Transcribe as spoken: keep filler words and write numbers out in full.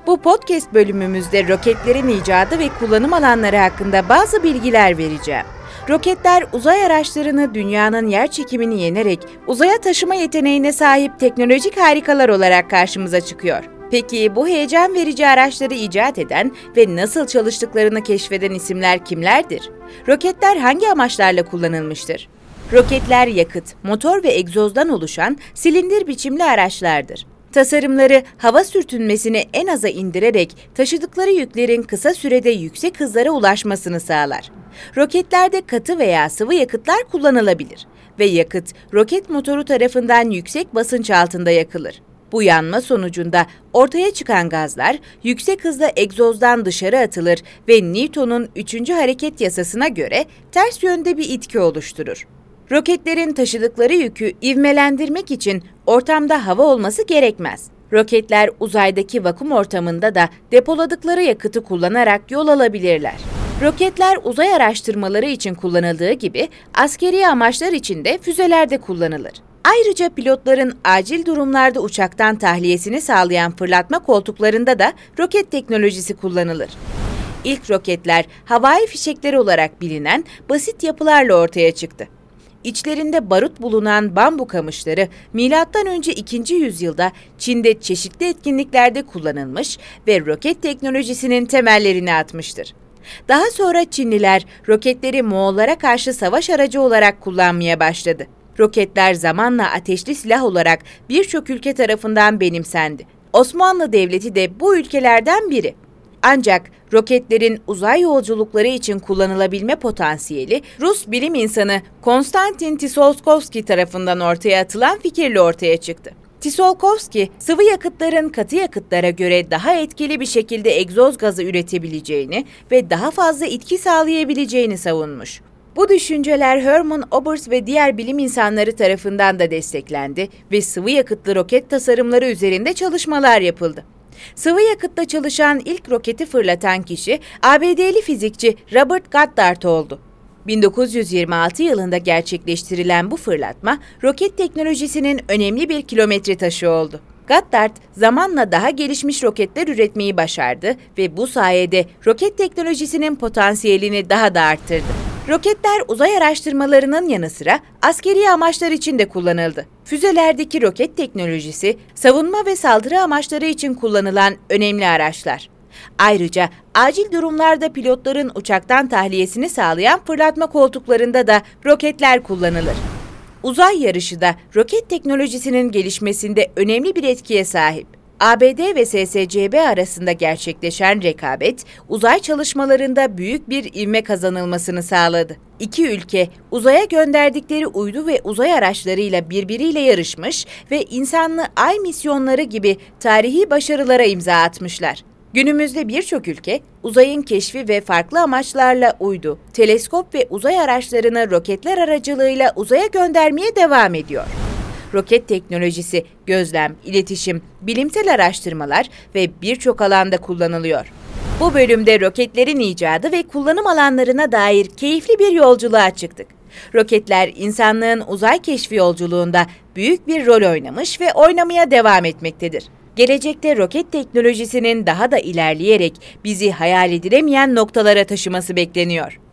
Bu podcast bölümümüzde roketlerin icadı ve kullanım alanları hakkında bazı bilgiler vereceğim. Roketler uzay araçlarını dünyanın yerçekimini yenerek uzaya taşıma yeteneğine sahip teknolojik harikalar olarak karşımıza çıkıyor. Peki bu heyecan verici araçları icat eden ve nasıl çalıştıklarını keşfeden isimler kimlerdir? Roketler hangi amaçlarla kullanılmıştır? Roketler yakıt, motor ve egzozdan oluşan silindir biçimli araçlardır. Tasarımları hava sürtünmesini en aza indirerek taşıdıkları yüklerin kısa sürede yüksek hızlara ulaşmasını sağlar. Roketlerde katı veya sıvı yakıtlar kullanılabilir ve yakıt roket motoru tarafından yüksek basınç altında yakılır. Bu yanma sonucunda ortaya çıkan gazlar yüksek hızla egzozdan dışarı atılır ve Newton'un üçüncü hareket yasasına göre ters yönde bir itki oluşturur. Roketlerin taşıdıkları yükü ivmelendirmek için ortamda hava olması gerekmez. Roketler uzaydaki vakum ortamında da depoladıkları yakıtı kullanarak yol alabilirler. Roketler uzay araştırmaları için kullanıldığı gibi askeri amaçlar için de füzelerde kullanılır. Ayrıca pilotların acil durumlarda uçaktan tahliyesini sağlayan fırlatma koltuklarında da roket teknolojisi kullanılır. İlk roketler havai fişekler olarak bilinen basit yapılarla ortaya çıktı. İçlerinde barut bulunan bambu kamışları milattan önce ikinci yüzyılda Çin'de çeşitli etkinliklerde kullanılmış ve roket teknolojisinin temellerini atmıştır. Daha sonra Çinliler roketleri Moğollara karşı savaş aracı olarak kullanmaya başladı. Roketler zamanla ateşli silah olarak birçok ülke tarafından benimsendi. Osmanlı Devleti de bu ülkelerden biri. Ancak roketlerin uzay yolculukları için kullanılabilme potansiyeli Rus bilim insanı Konstantin Tsiolkovski tarafından ortaya atılan fikirle ortaya çıktı. Tsiolkovski, sıvı yakıtların katı yakıtlara göre daha etkili bir şekilde egzoz gazı üretebileceğini ve daha fazla itki sağlayabileceğini savunmuş. Bu düşünceler Hermann Oberth ve diğer bilim insanları tarafından da desteklendi ve sıvı yakıtlı roket tasarımları üzerinde çalışmalar yapıldı. Sıvı yakıtla çalışan ilk roketi fırlatan kişi A B D'li fizikçi Robert Goddard oldu. bin dokuz yüz yirmi altı yılında gerçekleştirilen bu fırlatma, roket teknolojisinin önemli bir kilometre taşı oldu. Goddard, zamanla daha gelişmiş roketler üretmeyi başardı ve bu sayede roket teknolojisinin potansiyelini daha da arttırdı. Roketler uzay araştırmalarının yanı sıra askeri amaçlar için de kullanıldı. Füzelerdeki roket teknolojisi, savunma ve saldırı amaçları için kullanılan önemli araçlar. Ayrıca acil durumlarda pilotların uçaktan tahliyesini sağlayan fırlatma koltuklarında da roketler kullanılır. Uzay yarışı da roket teknolojisinin gelişmesinde önemli bir etkiye sahip. A B D ve S S C B arasında gerçekleşen rekabet, uzay çalışmalarında büyük bir ivme kazanılmasını sağladı. İki ülke, uzaya gönderdikleri uydu ve uzay araçlarıyla birbiriyle yarışmış ve insanlı ay misyonları gibi tarihi başarılara imza atmışlar. Günümüzde birçok ülke, uzayın keşfi ve farklı amaçlarla uydu, teleskop ve uzay araçlarını roketler aracılığıyla uzaya göndermeye devam ediyor. Roket teknolojisi, gözlem, iletişim, bilimsel araştırmalar ve birçok alanda kullanılıyor. Bu bölümde roketlerin icadı ve kullanım alanlarına dair keyifli bir yolculuğa çıktık. Roketler, insanlığın uzay keşfi yolculuğunda büyük bir rol oynamış ve oynamaya devam etmektedir. Gelecekte roket teknolojisinin daha da ilerleyerek bizi hayal edilemeyen noktalara taşıması bekleniyor.